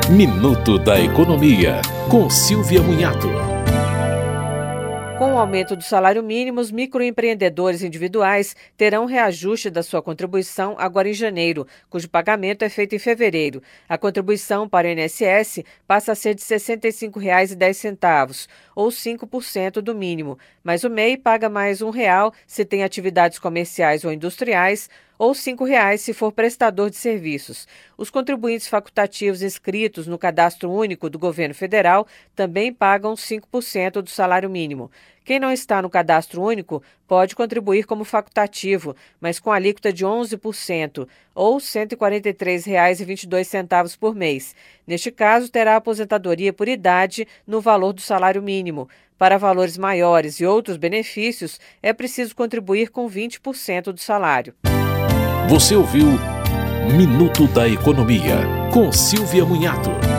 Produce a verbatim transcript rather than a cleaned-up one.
Minuto da Economia, com Silvia Munhato. Com o aumento do salário mínimo, os microempreendedores individuais terão reajuste da sua contribuição agora em janeiro, cujo pagamento é feito em fevereiro. A contribuição para o I N S S passa a ser de sessenta e cinco reais e dez centavos, ou cinco por cento do mínimo, mas o M E I paga mais um real se tem atividades comerciais ou industriais, ou cinco reais se for prestador de serviços. Os contribuintes facultativos inscritos no Cadastro Único do Governo Federal também pagam cinco por cento do salário mínimo. Quem não está no Cadastro Único pode contribuir como facultativo, mas com alíquota de onze por cento, ou cento e quarenta e três reais e vinte e dois centavos por mês. Neste caso, terá aposentadoria por idade no valor do salário mínimo. Para valores maiores e outros benefícios, é preciso contribuir com vinte por cento do salário. Você ouviu Minuto da Economia, com Silvia Munhato.